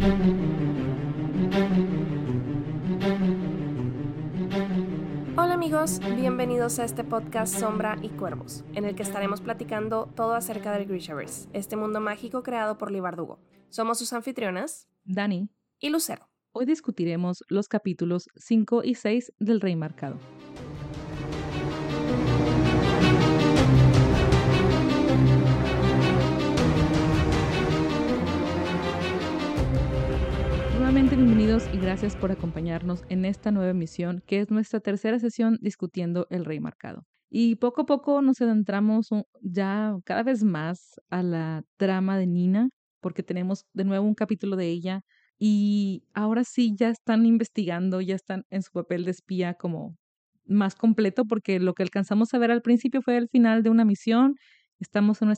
Hola amigos, bienvenidos a este podcast Sombra y Cuervos, en el que estaremos platicando todo acerca del Grishaverse, este mundo mágico creado por Leigh Bardugo. Somos sus anfitrionas, Dani, y Lucero. hoy discutiremos los capítulos 5 y 6 del Rey Marcado. Nuevamente bienvenidos y gracias por acompañarnos en esta nueva emisión, que es nuestra tercera sesión discutiendo el Rey Marcado. Y poco a poco nos adentramos ya cada vez más a la trama de Nina, porque tenemos de nuevo un capítulo de ella y ahora sí ya están investigando, ya están en su papel de espía como más completo, porque lo que alcanzamos a ver al principio fue el final de una misión. Estamos en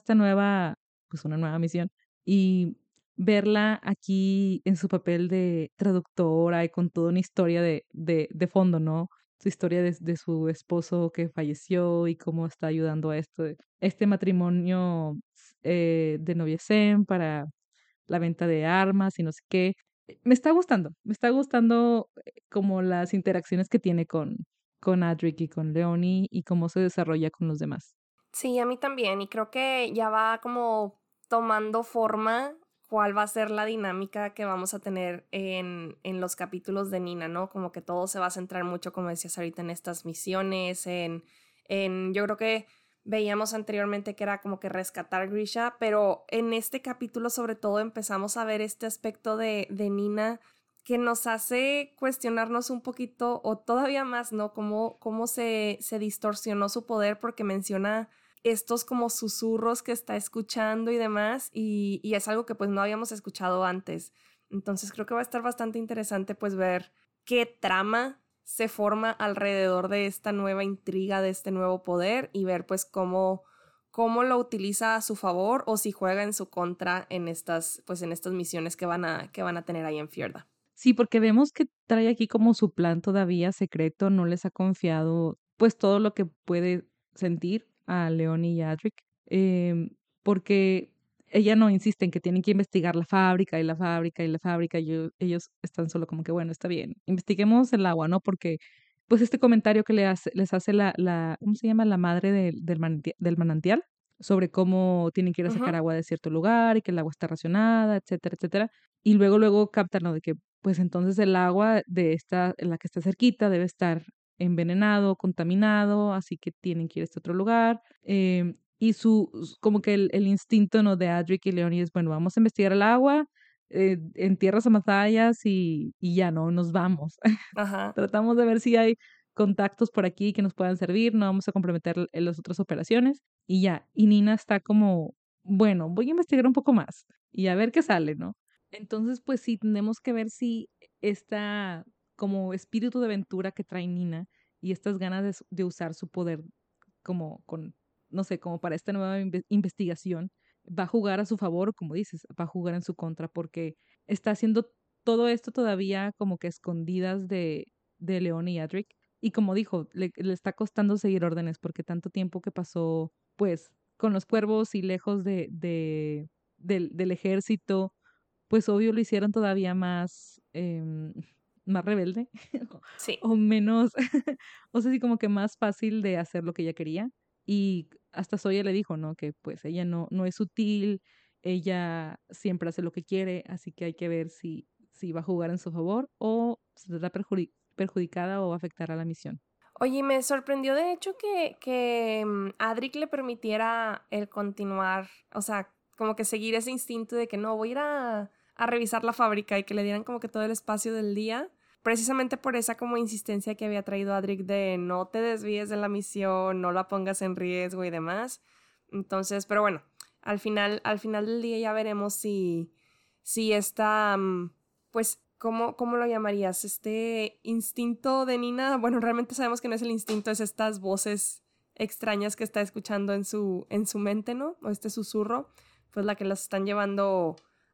una nueva misión y verla aquí en su papel de traductora y con toda una historia de fondo, ¿no? Su historia de su esposo que falleció y cómo está ayudando a este matrimonio de noviecen para la venta de armas y no sé qué. Me está gustando como las interacciones que tiene con Adric y con Leonie y cómo se desarrolla con los demás. Sí, a mí también, y creo que ya va como tomando forma cuál va a ser la dinámica que vamos a tener en los capítulos de Nina, ¿no? Como que todo se va a centrar mucho, como decías ahorita, en estas misiones, yo creo que veíamos anteriormente que era como que rescatar Grisha, pero en este capítulo sobre todo empezamos a ver este aspecto de Nina que nos hace cuestionarnos un poquito o todavía más, ¿no? Cómo se distorsionó su poder, porque menciona estos como susurros que está escuchando y demás, y es algo que pues no habíamos escuchado antes. Entonces creo que va a estar bastante interesante pues ver qué trama se forma alrededor de esta nueva intriga, de este nuevo poder, y ver pues cómo lo utiliza a su favor o si juega en su contra en estas misiones que van a tener ahí en Fjerda. Sí, porque vemos que trae aquí como su plan todavía secreto, no les ha confiado pues todo lo que puede sentir a Leonie y a Adric, porque ella no insiste en que tienen que investigar la fábrica y la fábrica y la fábrica, y ellos están solo como que bueno, está bien, investiguemos el agua, ¿no? Porque pues este comentario que les hace ¿cómo se llama? La madre del manantial, sobre cómo tienen que ir a sacar Uh-huh. agua de cierto lugar y que el agua está racionada, etcétera, etcétera. Y luego captan, ¿no? De que pues entonces el agua en la que está cerquita debe estar envenenado, contaminado, así que tienen que ir a este otro lugar. Y como que el instinto, ¿no? De Adric y Leonie es, bueno, vamos a investigar el agua en tierras amazonas y ya, ¿no? Nos vamos. Ajá. Tratamos de ver si hay contactos por aquí que nos puedan servir, no vamos a comprometer en las otras operaciones y ya. Y Nina está como, bueno, voy a investigar un poco más y a ver qué sale, ¿no? Entonces, pues sí, tenemos que ver si esta como espíritu de aventura que trae Nina y estas ganas de usar su poder como con, no sé, como para esta nueva investigación, va a jugar a su favor o como dices, va a jugar en su contra porque está haciendo todo esto todavía como que escondidas de Leon y Adric. Y como dijo, le está costando seguir órdenes porque tanto tiempo que pasó, pues, con los cuervos y lejos del ejército, pues obvio lo hicieron todavía más, más rebelde Sí. o menos, o sea, sí, como que más fácil de hacer lo que ella quería. Y hasta Sawyer le dijo, ¿no? Que pues ella no es sutil, ella siempre hace lo que quiere, así que hay que ver si va a jugar en su favor o se verá perjudicada o va a afectar a la misión. Oye, me sorprendió de hecho que Adric le permitiera el continuar, o sea, como que seguir ese instinto de que no, voy a ir a revisar la fábrica, y que le dieran como que todo el espacio del día, precisamente por esa como insistencia que había traído Adric de no te desvíes de la misión, no la pongas en riesgo y demás. Entonces, pero bueno, al final del día ya veremos si esta, pues, ¿cómo lo llamarías? Este instinto de Nina, bueno, realmente sabemos que no es el instinto, es estas voces extrañas que está escuchando en su mente, ¿no? O este susurro, pues la que las están llevando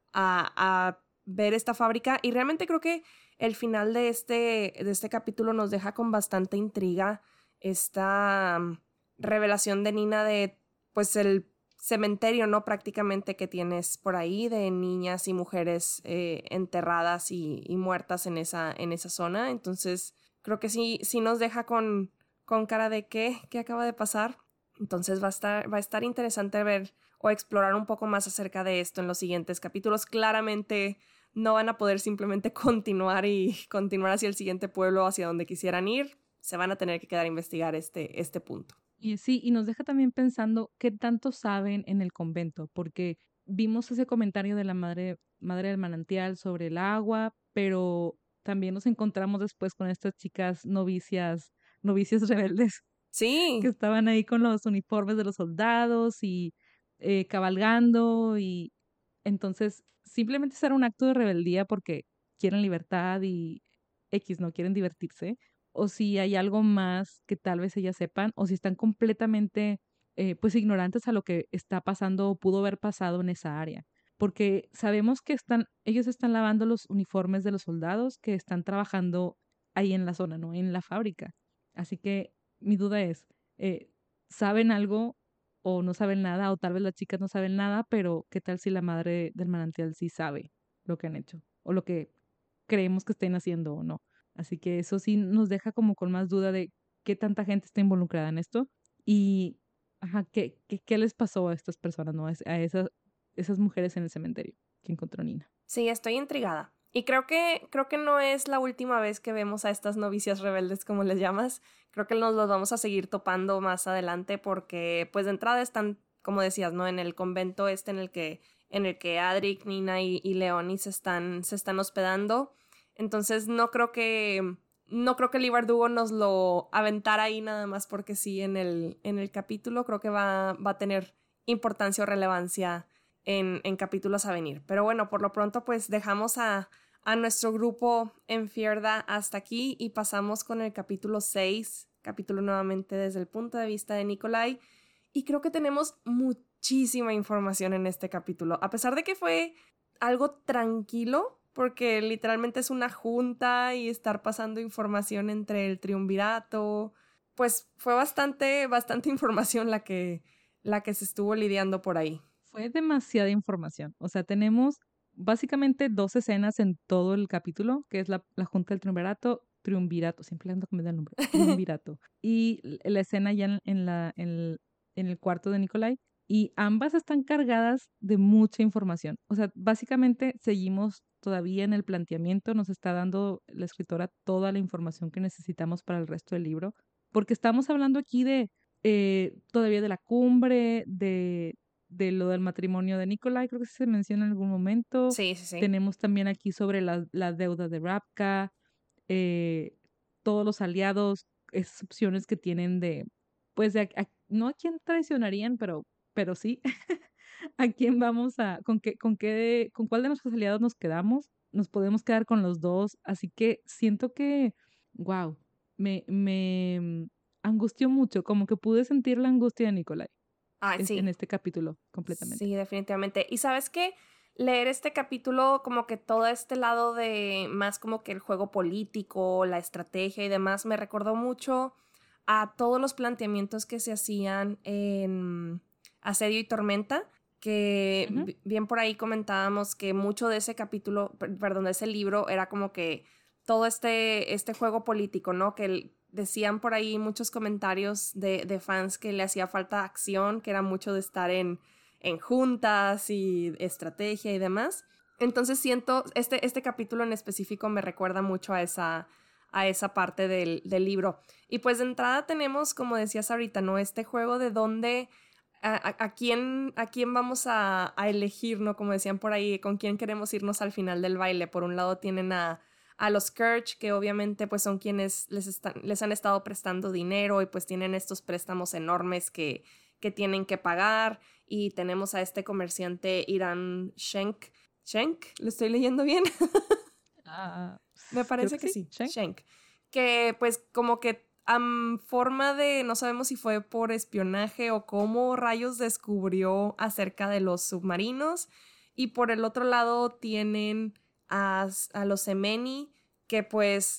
a ver esta fábrica. Y realmente creo que el final de este capítulo nos deja con bastante intriga esta revelación de Nina de, pues, el cementerio, ¿no? Prácticamente que tienes por ahí de niñas y mujeres enterradas y muertas en esa zona. Entonces, creo que sí nos deja con cara de ¿qué acaba de pasar? Entonces va a estar interesante ver o explorar un poco más acerca de esto en los siguientes capítulos. Claramente no van a poder simplemente continuar hacia el siguiente pueblo, hacia donde quisieran ir. Se van a tener que quedar a investigar este punto. Y sí, y nos deja también pensando qué tanto saben en el convento, porque vimos ese comentario de la madre del manantial sobre el agua, pero también nos encontramos después con estas chicas novicias rebeldes que Sí, estaban ahí con los uniformes de los soldados y cabalgando, y entonces simplemente era un acto de rebeldía porque quieren libertad y X, no quieren divertirse, o si hay algo más que tal vez ellas sepan, o si están completamente pues ignorantes a lo que está pasando o pudo haber pasado en esa área. Porque sabemos que ellos están lavando los uniformes de los soldados que están trabajando ahí en la zona, ¿no? En la fábrica. Así que mi duda es, eh, ¿saben algo o no saben nada? O tal vez las chicas no saben nada, pero ¿qué tal si la madre del manantial sí sabe lo que han hecho? O lo que creemos que estén haciendo o no. Así que eso sí nos deja como con más duda de qué tanta gente está involucrada en esto y ajá, qué les pasó a estas personas, ¿no? A esas mujeres en el cementerio que encontró Nina. sí, estoy intrigada. Y creo que no es la última vez que vemos a estas novicias rebeldes, como les llamas. Creo que nos los vamos a seguir topando más adelante porque, pues, de entrada están, como decías, ¿no? En el convento en el que Adric, Nina y Leonie se están hospedando. Entonces, no creo que Leigh Bardugo nos lo aventara ahí nada más porque sí en el capítulo. Creo que va a tener importancia o relevancia en capítulos a venir. Pero bueno, por lo pronto pues dejamos a nuestro grupo en Fjerda hasta aquí y pasamos con el capítulo 6, capítulo nuevamente desde el punto de vista de Nikolai. Y creo que tenemos muchísima información en este capítulo, a pesar de que fue algo tranquilo, porque literalmente es una junta y estar pasando información entre el triunvirato. Pues fue bastante información la que se estuvo lidiando por ahí. Fue demasiada información. O sea, tenemos básicamente dos escenas en todo el capítulo, que es la Junta del Triunvirato, siempre ando cambiando el nombre, Triunvirato, y la escena ya en el cuarto de Nikolai, y ambas están cargadas de mucha información. O sea, básicamente seguimos todavía en el planteamiento, nos está dando la escritora toda la información que necesitamos para el resto del libro, porque estamos hablando aquí de todavía de la cumbre, de lo del matrimonio de Nikolai, creo que se menciona en algún momento. Sí, sí, sí. Tenemos también aquí sobre la deuda de Ravka, eh, todos los aliados, esas opciones que tienen de, pues, no a quién traicionarían, pero sí, a quién vamos con cuál de nuestros aliados nos quedamos. Nos podemos quedar con los dos, así que siento que, wow, me angustió mucho, como que pude sentir la angustia de Nikolai Ay, en sí. este capítulo completamente. Sí, definitivamente. Y sabes qué, leer este capítulo, como que todo este lado de más como que el juego político, la estrategia y demás, me recordó mucho a todos los planteamientos que se hacían en Asedio y Tormenta, que Ujú. bien por ahí comentábamos que mucho de ese capítulo, perdón, de ese libro era como que todo este juego político, ¿no? Que decían por ahí muchos comentarios de fans que le hacía falta acción, que era mucho de estar en juntas y estrategia y demás. Entonces siento, este capítulo en específico me recuerda mucho a esa parte del libro. Y pues de entrada tenemos, como decías ahorita, ¿no? Este juego de dónde, a quién vamos a elegir, ¿no? Como decían por ahí, con quién queremos irnos al final del baile. Por un lado tienen a los Kirch, que obviamente pues son quienes les han estado prestando dinero y pues tienen estos préstamos enormes que tienen que pagar. Y tenemos a este comerciante Irán Schenk. ¿Schenk? ¿Lo estoy leyendo bien? Ah, Me creo parece que que sí, sí, Shank. Schenk. Que pues como que forma de, no sabemos si fue por espionaje o cómo rayos descubrió acerca de los submarinos. Y por el otro lado tienen a los Semeni, que pues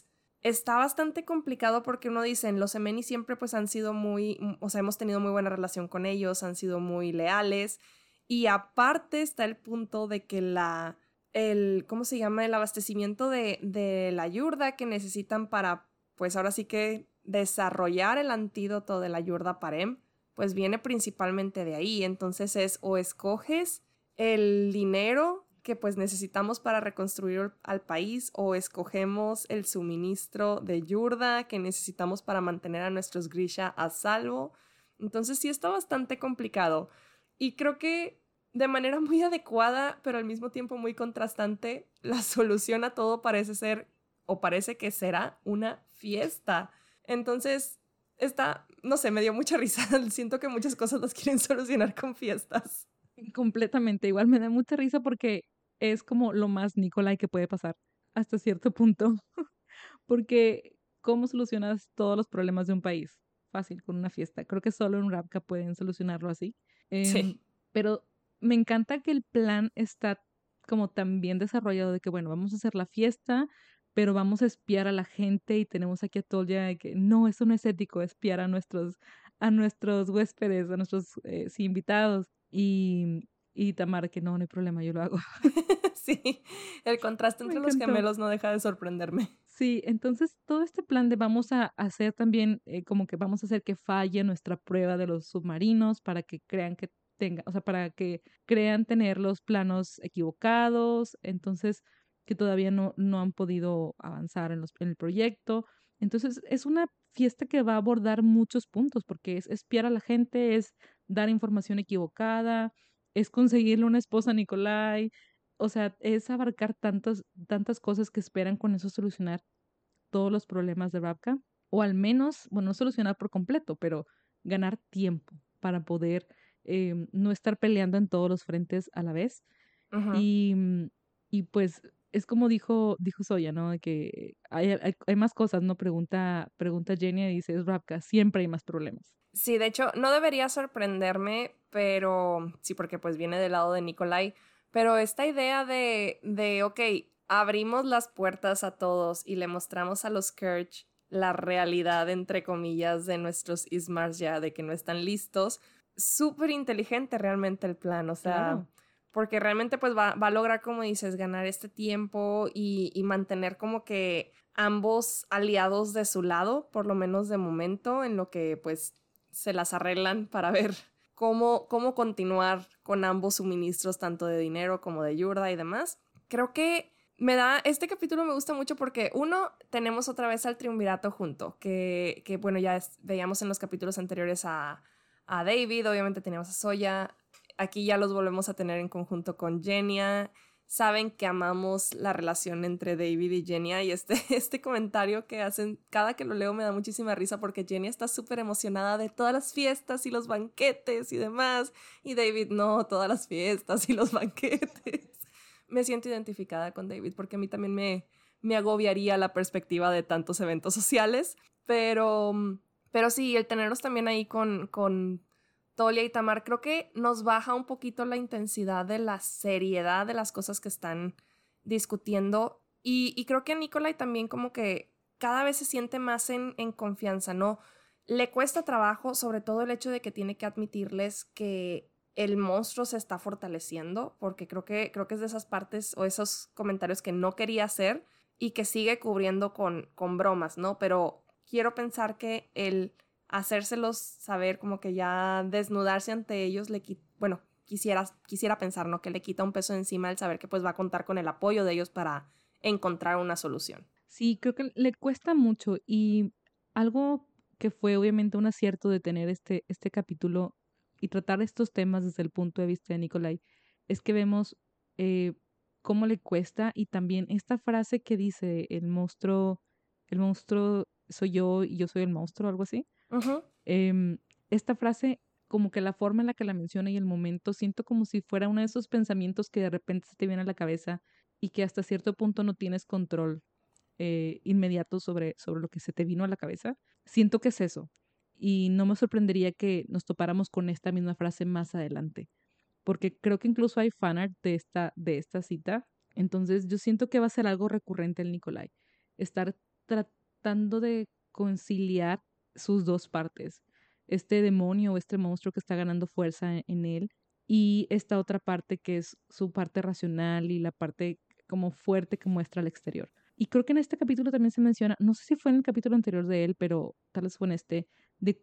está bastante complicado porque uno dice, los Emeni siempre pues han sido muy, o sea, hemos tenido muy buena relación con ellos, han sido muy leales y aparte está el punto de que ¿cómo se llama? El abastecimiento de la yurda que necesitan para, pues ahora sí que desarrollar el antídoto de la yurda parem, pues viene principalmente de ahí. Entonces es o escoges el dinero que pues necesitamos para reconstruir al país o escogemos el suministro de yurda que necesitamos para mantener a nuestros Grisha a salvo. Entonces sí está bastante complicado. Y creo que de manera muy adecuada, pero al mismo tiempo muy contrastante, la solución a todo parece ser, o parece que será, una fiesta. Entonces, no sé, me dio mucha risa. Siento que muchas cosas las quieren solucionar con fiestas. Completamente. Igual me da mucha risa porque es como lo más Nikolai que puede pasar hasta cierto punto. Porque, ¿cómo solucionas todos los problemas de un país? Fácil, con una fiesta. Creo que solo en Rapka pueden solucionarlo así. Sí. Pero me encanta que el plan está como tan bien desarrollado de que, bueno, vamos a hacer la fiesta, pero vamos a espiar a la gente y tenemos aquí a Tolya de que no, eso no es ético, espiar a nuestros huéspedes, a nuestros sí, invitados. Y Tamara, que no, no hay problema, yo lo hago. Sí, el contraste Me entre los encantó. gemelos no deja de sorprenderme. Sí, entonces todo este plan de vamos a hacer también como que vamos a hacer que falle nuestra prueba de los submarinos para que crean que tenga, o sea, para que crean tener los planos equivocados, entonces que todavía no han podido avanzar en el proyecto. Entonces es una fiesta que va a abordar muchos puntos porque es espiar a la gente, es dar información equivocada, es conseguirle una esposa a Nikolai, o sea, es abarcar tantas cosas que esperan con eso solucionar todos los problemas de Rabka, o al menos, bueno, no solucionar por completo, pero ganar tiempo para poder no estar peleando en todos los frentes a la vez. Ujú. Y, y pues es como dijo Soya, ¿no? De que hay más cosas, ¿no? Pregunta Jenny y dice, es Rabka, siempre hay más problemas. Sí, de hecho, no debería sorprenderme, pero sí, porque pues viene del lado de Nikolai, pero esta idea ok, abrimos las puertas a todos y le mostramos a los Kerch la realidad, entre comillas, de nuestros Ismars ya, de que no están listos, súper inteligente realmente el plan, o sea, Claro. porque realmente pues va a lograr, como dices, ganar este tiempo y mantener como que ambos aliados de su lado, por lo menos de momento, en lo que pues se las arreglan para ver cómo continuar con ambos suministros, tanto de dinero como de yurda y demás. Creo que este capítulo me gusta mucho porque uno, tenemos otra vez al triunvirato junto, que bueno, ya veíamos en los capítulos anteriores a David, obviamente teníamos a Soya, aquí ya los volvemos a tener en conjunto con Genia. Saben que amamos la relación entre David y Genia y este comentario que hacen, cada que lo leo me da muchísima risa porque Genia está súper emocionada de todas las fiestas y los banquetes y demás y David no, todas las fiestas y los banquetes. Me siento identificada con David porque a mí también me agobiaría la perspectiva de tantos eventos sociales, pero sí, el tenerlos también ahí con Tolia y Tamar, creo que nos baja un poquito la intensidad de la seriedad de las cosas que están discutiendo. Y creo que a Nikolai también como que cada vez se siente más en confianza, ¿no? Le cuesta trabajo, sobre todo el hecho de que tiene que admitirles que el monstruo se está fortaleciendo, porque creo que es de esas partes o esos comentarios que no quería hacer y que sigue cubriendo con bromas, ¿no? Pero quiero pensar que el hacérselos saber, como que ya desnudarse ante ellos, bueno, quisiera pensar, ¿no? Que le quita un peso de encima el saber que pues va a contar con el apoyo de ellos para encontrar una solución. Sí, creo que le cuesta mucho y algo que fue obviamente un acierto de tener este capítulo y tratar estos temas desde el punto de vista de Nikolai es que vemos eh, cómo le cuesta y también esta frase que dice el monstruo soy yo y yo soy el monstruo, algo así. Ujú. Em, Esta frase, como que la forma en la que la menciona y el momento, siento como si fuera uno de esos pensamientos que de repente se te viene a la cabeza y que hasta cierto punto no tienes control inmediato sobre lo que se te vino a la cabeza. Siento que es eso. Y no me sorprendería que nos topáramos con esta misma frase más adelante, porque creo que incluso hay fanart de esta cita. Entonces yo siento que va a ser algo recurrente el Nikolai. Estar tratando de conciliar sus dos partes. Este demonio o este monstruo que está ganando fuerza en él y esta otra parte que es su parte racional y la parte como fuerte que muestra al exterior. Y creo que en este capítulo también se menciona, no sé si fue en el capítulo anterior de él, pero tal vez fue en este, de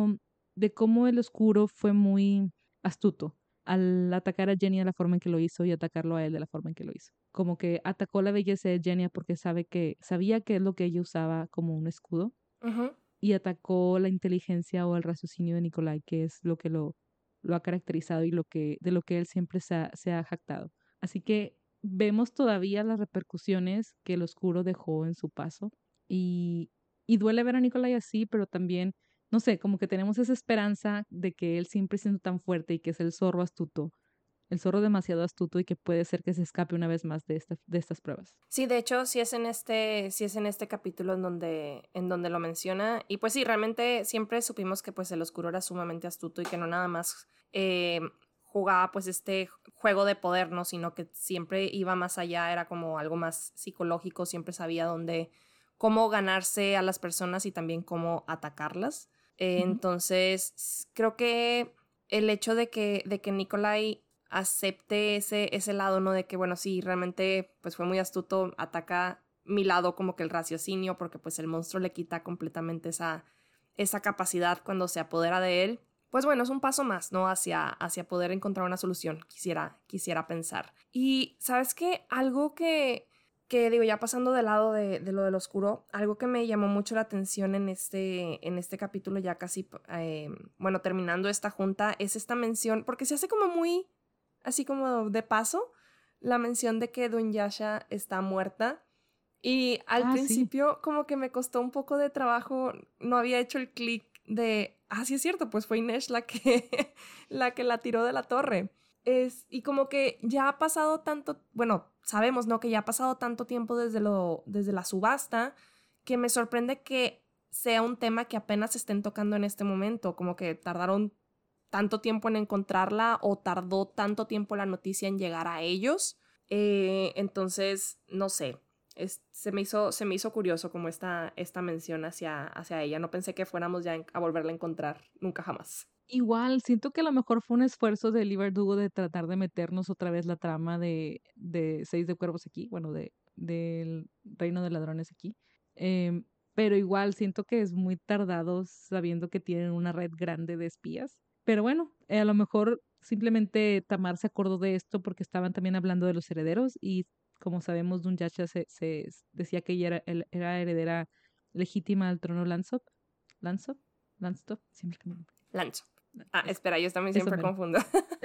cómo el oscuro fue muy astuto al atacar a Jenny de la forma en que lo hizo y atacarlo a él de la forma en que lo hizo. Como que atacó la belleza de Jenny porque sabía que es lo que ella usaba como un escudo Ujú. y atacó la inteligencia o el raciocinio de Nikolai, que es lo que lo ha caracterizado y de lo que él siempre se ha jactado. Así que vemos todavía las repercusiones que el oscuro dejó en su paso y, y duele ver a Nikolai así, pero también, no sé, como que tenemos esa esperanza de que él siempre siendo tan fuerte y que es el zorro astuto, el zorro demasiado astuto y que puede ser que se escape una vez más de estas pruebas. Sí, de hecho, sí es en este capítulo en donde lo menciona. Y pues sí, realmente siempre supimos que pues el oscuro era sumamente astuto y que no nada más jugaba pues este juego de poder, ¿no? Sino que siempre iba más allá, era como algo más psicológico, siempre sabía cómo ganarse a las personas y también cómo atacarlas. Ujú. Entonces, creo que el hecho de que Nikolai acepte ese lado, ¿no? De que, bueno, sí, realmente pues fue muy astuto, ataca mi lado como que el raciocinio, porque pues el monstruo le quita completamente esa capacidad cuando se apodera de él. Pues bueno, es un paso más, ¿no? Hacia poder encontrar una solución, quisiera pensar. Y, ¿sabes qué? Algo que digo, ya pasando del lado de lo del oscuro, algo que me llamó mucho la atención en este capítulo, ya casi, bueno, terminando esta junta, es esta mención, porque se hace como muy así como de paso, la mención de que Dunyasha está muerta. Y al Ah, sí. principio como que me costó un poco de trabajo, no había hecho el clic de, sí es cierto, pues fue Inés la que la tiró de la torre. Y como que ya ha pasado tanto, bueno, sabemos, ¿no? Que ya ha pasado tanto tiempo desde la subasta, que me sorprende que sea un tema que apenas estén tocando en este momento, como que tardaron tanto tiempo en encontrarla o tardó tanto tiempo la noticia en llegar a ellos. Entonces, no sé, se me hizo curioso como esta mención hacia ella. No pensé que fuéramos ya a volverla a encontrar, nunca jamás. Igual, siento que a lo mejor fue un esfuerzo de Lee Verdugo de tratar de meternos otra vez la trama de Seis de Cuervos aquí, bueno, del Reino de Ladrones aquí. Em, pero igual siento que es muy tardado sabiendo que tienen una red grande de espías. Pero bueno, a lo mejor simplemente Tamar se acordó de esto porque estaban también hablando de los herederos y como sabemos, Dunyasha se decía que ella era heredera legítima al trono Lansop. ¿Lansop? ¿Lansop? Siempre que me... Lancho. Eso, Espera, yo también eso siempre mero. confundo.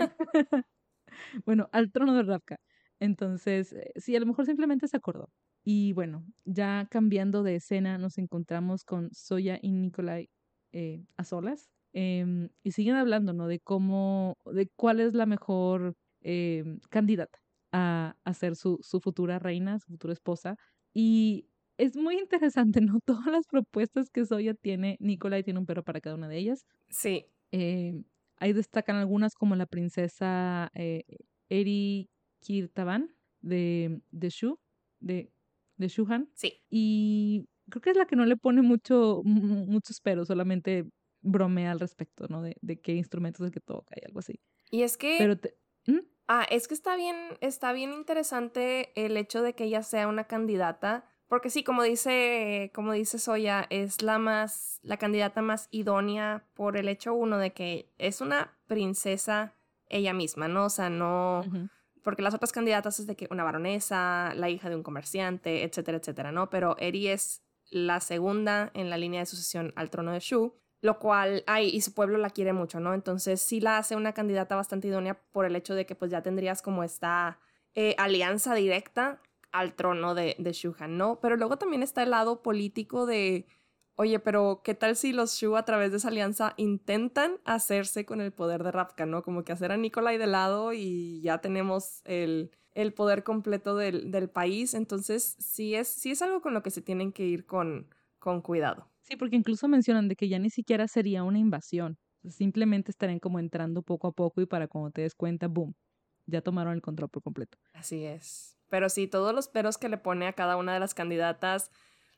Bueno, al trono de Ravka. Entonces, sí, a lo mejor simplemente se acordó. Y bueno, ya cambiando de escena, nos encontramos con Soya y Nikolai a solas. Y siguen hablando, ¿no? De cuál es la mejor candidata a ser su futura reina, su futura esposa. Y es muy interesante, ¿no? Todas las propuestas que Soya tiene, Nikolai tiene un pero para cada una de ellas. Sí, Eh, Ahí destacan algunas como la princesa Eri Kirtaban de Shu, de, de Shuhan. sí. Y creo que es la que no le pone muchos peros, solamente bromea al respecto, ¿no? De qué instrumento es el que toca y algo así. Y es que Pero ¿Mm? Es que está bien interesante el hecho de que ella sea una candidata, porque sí, como dice Soya, es la candidata más idónea por el hecho uno de que es una princesa ella misma, ¿no? O sea, no, Ujú. porque las otras candidatas es de que una baronesa, la hija de un comerciante, etcétera, etcétera, ¿no? Pero Eri es la segunda en la línea de sucesión al trono de Shu, lo cual, y su pueblo la quiere mucho, ¿no? Entonces sí la hace una candidata bastante idónea por el hecho de que pues ya tendrías como esta alianza directa al trono de Shuhan, ¿no? Pero luego también está el lado político de, oye, pero ¿qué tal si los Shu a través de esa alianza intentan hacerse con el poder de Ravka, ¿no? Como que hacer a Nikolai de lado y ya tenemos el poder completo del país. Entonces sí es algo con lo que se tienen que ir con cuidado. Sí, porque incluso mencionan de que ya ni siquiera sería una invasión. Simplemente estarían como entrando poco a poco y para cuando te des cuenta, boom, ya tomaron el control por completo. Así es. Pero sí, todos los peros que le pone a cada una de las candidatas,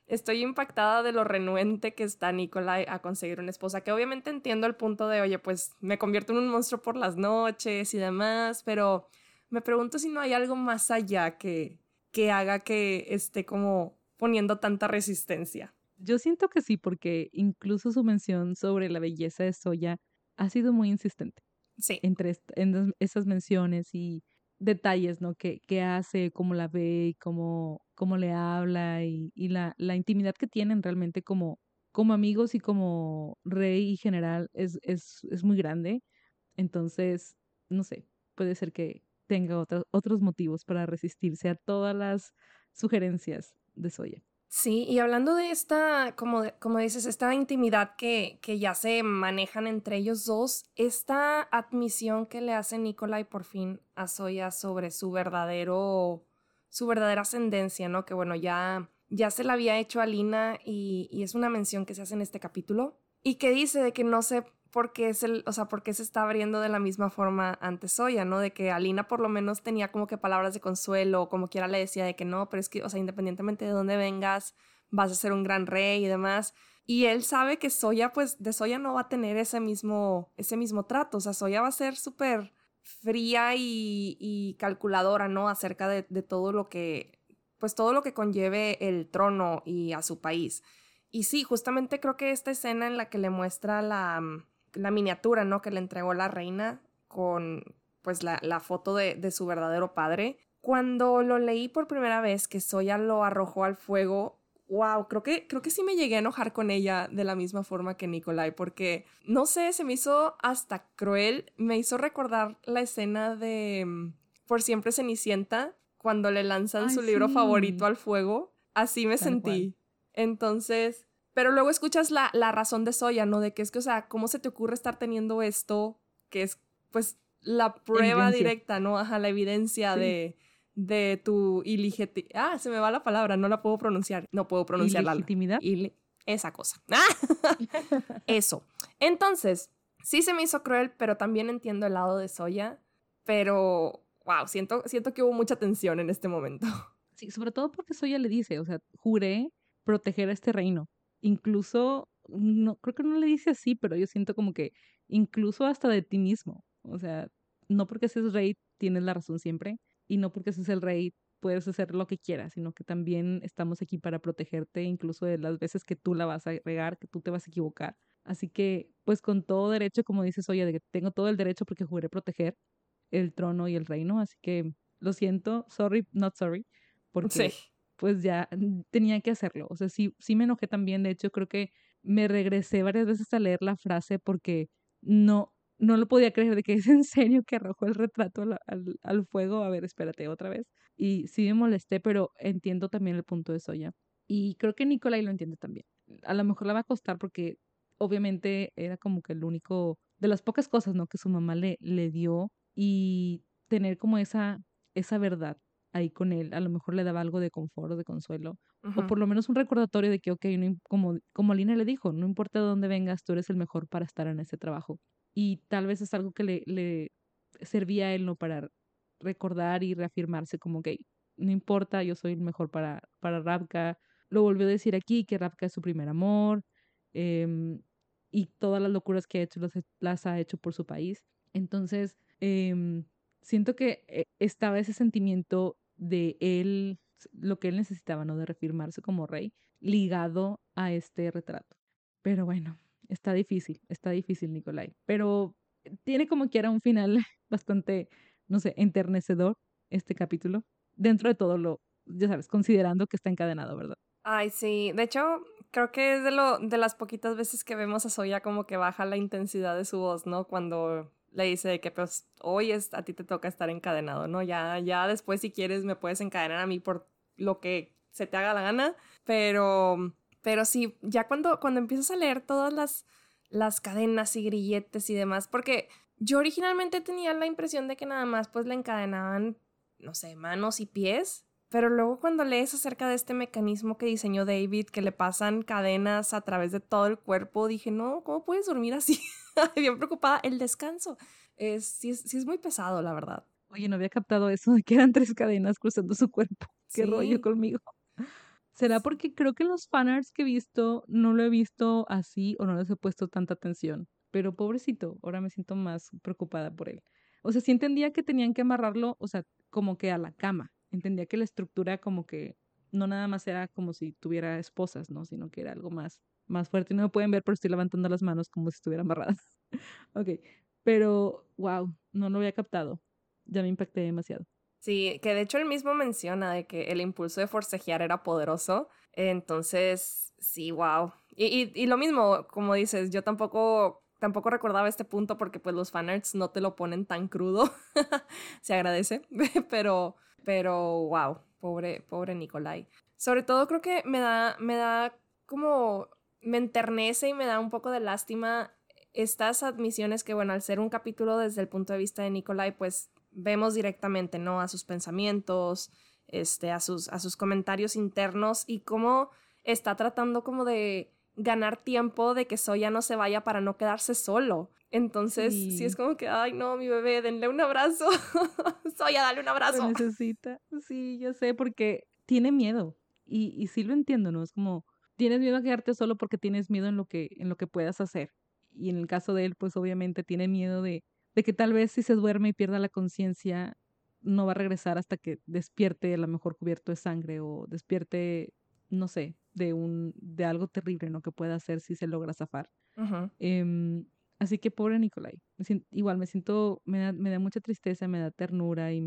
estoy impactada de lo renuente que está Nikolai a conseguir una esposa, que obviamente entiendo el punto de, oye, pues me convierto en un monstruo por las noches y demás, pero me pregunto si no hay algo más allá que haga que esté como poniendo tanta resistencia. Yo siento que sí, porque incluso su mención sobre la belleza de Soya ha sido muy insistente Sí. entre esas menciones y detalles, ¿no? Que hace, cómo la ve y cómo le habla y la intimidad que tienen realmente como amigos y como rey y general es muy grande. Entonces, no sé, puede ser que tenga otros motivos para resistirse a todas las sugerencias de Soya. Sí, y hablando de esta, como dices, esta intimidad que ya se manejan entre ellos dos, esta admisión que le hace Nikolai por fin a Zoya sobre su verdadera ascendencia, ¿no? Que bueno, ya se la había hecho a Lina y es una mención que se hace en este capítulo y que dice de que no sé por qué o sea, por qué se está abriendo de la misma forma ante Zoya, ¿no? De que Alina por lo menos tenía como que palabras de consuelo, o como quiera le decía de que no, pero es que, o sea, independientemente de dónde vengas, vas a ser un gran rey y demás. Y él sabe que Zoya, pues, de Zoya no va a tener ese mismo trato, o sea, Zoya va a ser súper fría y calculadora, ¿no? Acerca de todo lo que, pues, todo lo que conlleve el trono y a su país. Y sí, justamente creo que esta escena en la que le muestra la miniatura, ¿no? Que le entregó la reina con, pues, la foto de su verdadero padre. Cuando lo leí por primera vez, que Zoya lo arrojó al fuego, wow, creo que sí me llegué a enojar con ella de la misma forma que Nikolai, porque, no sé, se me hizo hasta cruel, me hizo recordar la escena de Por siempre Cenicienta, cuando le lanzan Ay, su libro favorito sí, al fuego, así me tal cual. sentí. Entonces, pero luego escuchas la razón de Zoya, ¿no? De que es que, o sea, ¿cómo se te ocurre estar teniendo esto? Que es, pues, la prueba Evidencia. directa, ¿no? Ajá, la evidencia Sí. de tu ilegiti... Ah, se me va la palabra, no la puedo pronunciar. No puedo pronunciarla. Ilegitimidad. Esa cosa. Eso. Entonces, sí se me hizo cruel, pero también entiendo el lado de Zoya. Pero, wow, siento que hubo mucha tensión en este momento. Sí, sobre todo porque Soya le dice, o sea, juré proteger a este reino. Incluso, no, creo que no le dice así, pero yo siento como que incluso hasta de ti mismo. O sea, no porque seas rey tienes la razón siempre, y no porque seas el rey puedes hacer lo que quieras, sino que también estamos aquí para protegerte, incluso de las veces que tú la vas a regar, que tú te vas a equivocar. Así que, pues con todo derecho, como dice Soya, de que tengo todo el derecho porque juré proteger el trono y el reino, así que lo siento, sorry, not sorry, Sí. porque pues ya tenía que hacerlo. O sea, sí me enojé también, de hecho creo que me regresé varias veces a leer la frase porque no lo podía creer de que es en serio que arrojó el retrato al fuego. A ver, espérate otra vez. Y sí me molesté, pero entiendo también el punto de Soya. Y creo que Nicolai lo entiende también. A lo mejor le va a costar porque obviamente era como que el único, de las pocas cosas, ¿no? Que su mamá le dio y tener como esa verdad ahí con él, a lo mejor le daba algo de confort o de consuelo, o Ujú. por lo menos un recordatorio de que, ok, como Lina le dijo, no importa de dónde vengas, tú eres el mejor para estar en ese trabajo. Y tal vez es algo que le servía a él, ¿no? Para recordar y reafirmarse como, ok, no importa, yo soy el mejor para Ravka. Lo volvió a decir aquí, que Ravka es su primer amor, em, y todas las locuras que ha hecho las ha hecho por su país. Entonces, siento que estaba ese sentimiento de él, lo que él necesitaba, ¿no? De reafirmarse como rey, ligado a este retrato. Pero bueno, está difícil, Nicolai. Pero tiene como quiera un final bastante, no sé, enternecedor este capítulo. Dentro de todo ya sabes, considerando que está encadenado, ¿verdad? Ay, sí. De hecho, creo que es de las poquitas veces que vemos a Soya como que baja la intensidad de su voz, ¿no? Cuando le dice que pues hoy a ti te toca estar encadenado, ¿no? Ya después si quieres me puedes encadenar a mí por lo que se te haga la gana, pero sí, ya cuando empiezas a leer todas las cadenas y grilletes y demás, porque yo originalmente tenía la impresión de que nada más pues le encadenaban, no sé, manos y pies. Pero luego cuando lees acerca de este mecanismo que diseñó David, que le pasan cadenas a través de todo el cuerpo, dije, no, ¿cómo puedes dormir así? Bien preocupada. El descanso sí es muy pesado, la verdad. Oye, no había captado eso de que eran tres cadenas cruzando su cuerpo. Qué rollo Sí, conmigo. ¿Será porque creo que en los fanarts que he visto no lo he visto así o no les he puesto tanta atención? Pero pobrecito, ahora me siento más preocupada por él. O sea, sí entendía que tenían que amarrarlo, o sea, como que a la cama. Entendía que la estructura como que no nada más era como si tuviera esposas, ¿no? Sino que era algo más fuerte. Y no me pueden ver, pero estoy levantando las manos como si estuviera amarrada. Ok, pero wow, no lo había captado. Ya me impacté demasiado. Sí, que de hecho él mismo menciona de que el impulso de forcejear era poderoso. Entonces, sí, wow. Y lo mismo, como dices, yo tampoco recordaba este punto porque pues los fanarts no te lo ponen tan crudo. Se agradece. Pero, wow, pobre Nikolai. Sobre todo creo que me da como, me enternece y me da un poco de lástima estas admisiones que, bueno, al ser un capítulo desde el punto de vista de Nikolai, pues vemos directamente, ¿no? A sus pensamientos, a sus comentarios internos y cómo está tratando como de ganar tiempo de que Soya no se vaya para no quedarse solo. Entonces, sí es Sí. como que, ay, no, mi bebé, denle un abrazo. Soya, dale un Lo abrazo. necesita. Sí, yo sé, porque tiene miedo. Y sí lo entiendo, ¿no? Es como, tienes miedo a quedarte solo porque tienes miedo en lo que puedas hacer. Y en el caso de él, pues obviamente tiene miedo de que tal vez si se duerme y pierda la conciencia, no va a regresar hasta que despierte a lo mejor cubierto de sangre o despierte, no sé, de algo terrible, ¿no? Que pueda hacer si se logra zafar. Ujú. Em, Así que pobre Nicolai. Igual me siento, me da mucha tristeza, me da ternura y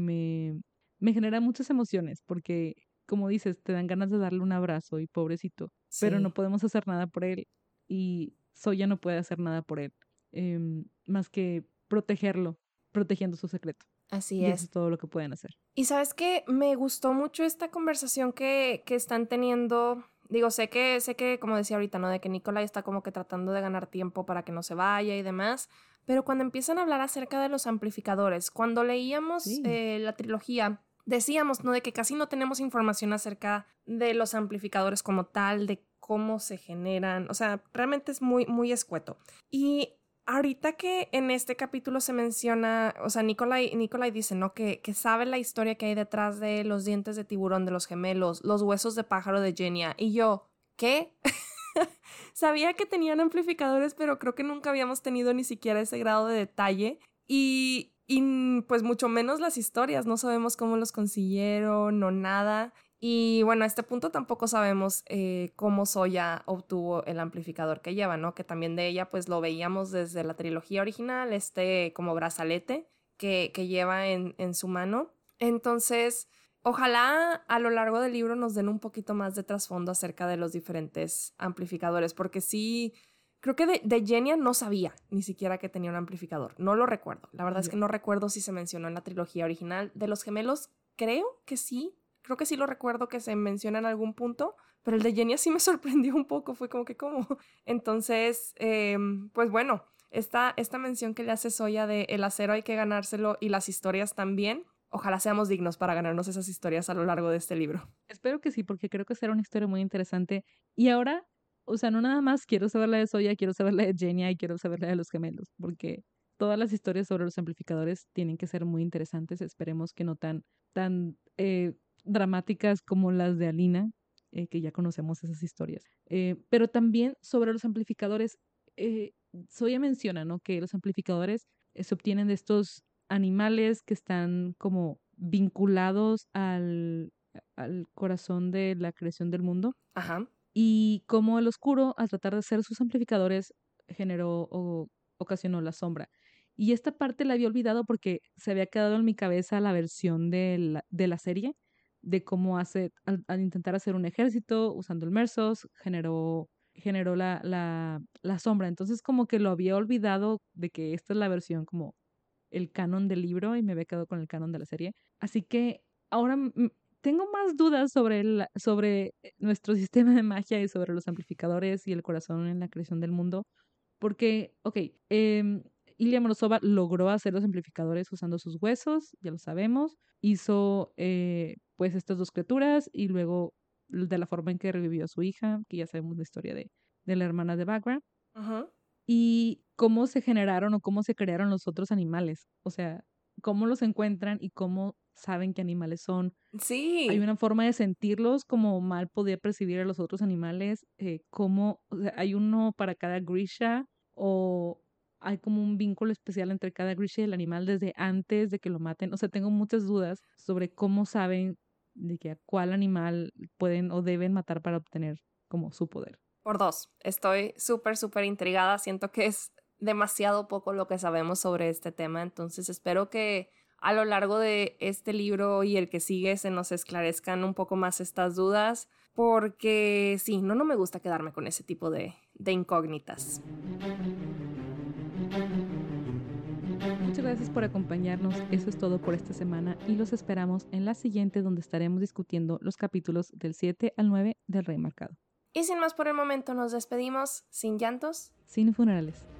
me genera muchas emociones porque, como dices, te dan ganas de darle un abrazo y pobrecito, pero no Sí, podemos hacer nada por él y Soya no puede hacer nada por él, más que protegerlo, protegiendo su secreto. así Y eso es. es todo lo que pueden hacer. Y sabes que me gustó mucho esta conversación que están teniendo. Digo, sé que, como decía ahorita, ¿no? De que Nicolai está como que tratando de ganar tiempo para que no se vaya y demás. Pero cuando empiezan a hablar acerca de los amplificadores, cuando leíamos Sí, la trilogía, decíamos, ¿no? De que casi no tenemos información acerca de los amplificadores como tal, de cómo se generan. O sea, realmente es muy, muy escueto. Y ahorita que en este capítulo se menciona, o sea, Nikolai dice, ¿no? Que sabe la historia que hay detrás de los dientes de tiburón de los gemelos, los huesos de pájaro de Genia. Y yo, ¿qué? Sabía que tenían amplificadores, pero creo que nunca habíamos tenido ni siquiera ese grado de detalle. Y pues mucho menos las historias, no sabemos cómo los consiguieron o nada. Y bueno, a este punto tampoco sabemos cómo Soya obtuvo el amplificador que lleva, ¿no? Que también de ella pues lo veíamos desde la trilogía original, como brazalete que lleva en su mano. Entonces, ojalá a lo largo del libro nos den un poquito más de trasfondo acerca de los diferentes amplificadores, porque sí, creo que de Genia no sabía ni siquiera que tenía un amplificador, no lo recuerdo. La verdad es que ya. no recuerdo si se mencionó en la trilogía original. De los gemelos, creo que sí lo recuerdo que se menciona en algún punto, pero el de Genia sí me sorprendió un poco, fue como que, ¿cómo? Entonces, pues bueno, esta mención que le hace Soya de el acero hay que ganárselo y las historias también. Ojalá seamos dignos para ganarnos esas historias a lo largo de este libro. Espero que sí, porque creo que será una historia muy interesante. Y ahora, o sea, no nada más quiero saber la de Soya, quiero saber la de Genia y quiero saber la de los gemelos, porque todas las historias sobre los amplificadores tienen que ser muy interesantes. Esperemos que no tan dramáticas como las de Alina, que ya conocemos esas historias. Pero también sobre los amplificadores, eh, Soya menciona, ¿no? Que los amplificadores se obtienen de estos animales que están como vinculados al corazón de la creación del mundo Ajá. y cómo el oscuro, al tratar de ser sus amplificadores, generó o ocasionó la sombra. Y esta parte la había olvidado porque se había quedado en mi cabeza la versión de la serie, de cómo al intentar hacer un ejército usando el Mersos, generó la sombra. Entonces como que lo había olvidado de que esta es la versión como el canon del libro y me había quedado con el canon de la serie. Así que ahora tengo más dudas sobre nuestro sistema de magia y sobre los amplificadores y el corazón en la creación del mundo. Porque, ok, Ilya Morozova logró hacer los amplificadores usando sus huesos, ya lo sabemos. Hizo pues estas dos criaturas y luego de la forma en que revivió a su hija, que ya sabemos la historia de la hermana de Background Ajá. y cómo se generaron o cómo se crearon los otros animales. O sea, cómo los encuentran y cómo saben qué animales son. Sí. Hay una forma de sentirlos como Mal podía percibir a los otros animales, como o sea, hay uno para cada Grisha o hay como un vínculo especial entre cada Grisha y el animal desde antes de que lo maten. O sea, tengo muchas dudas sobre cómo saben de que a cuál animal pueden o deben matar para obtener como su poder. Por dos. Estoy súper, súper intrigada. Siento que es demasiado poco lo que sabemos sobre este tema. Entonces espero que a lo largo de este libro y el que sigue se nos esclarezcan un poco más estas dudas. Porque sí, no me gusta quedarme con ese tipo de incógnitas. Muchas gracias por acompañarnos. Eso es todo por esta semana y los esperamos en la siguiente donde estaremos discutiendo los capítulos del 7 al 9 del Rey Marcado. Y sin más por el momento nos despedimos, sin llantos. Sin funerales.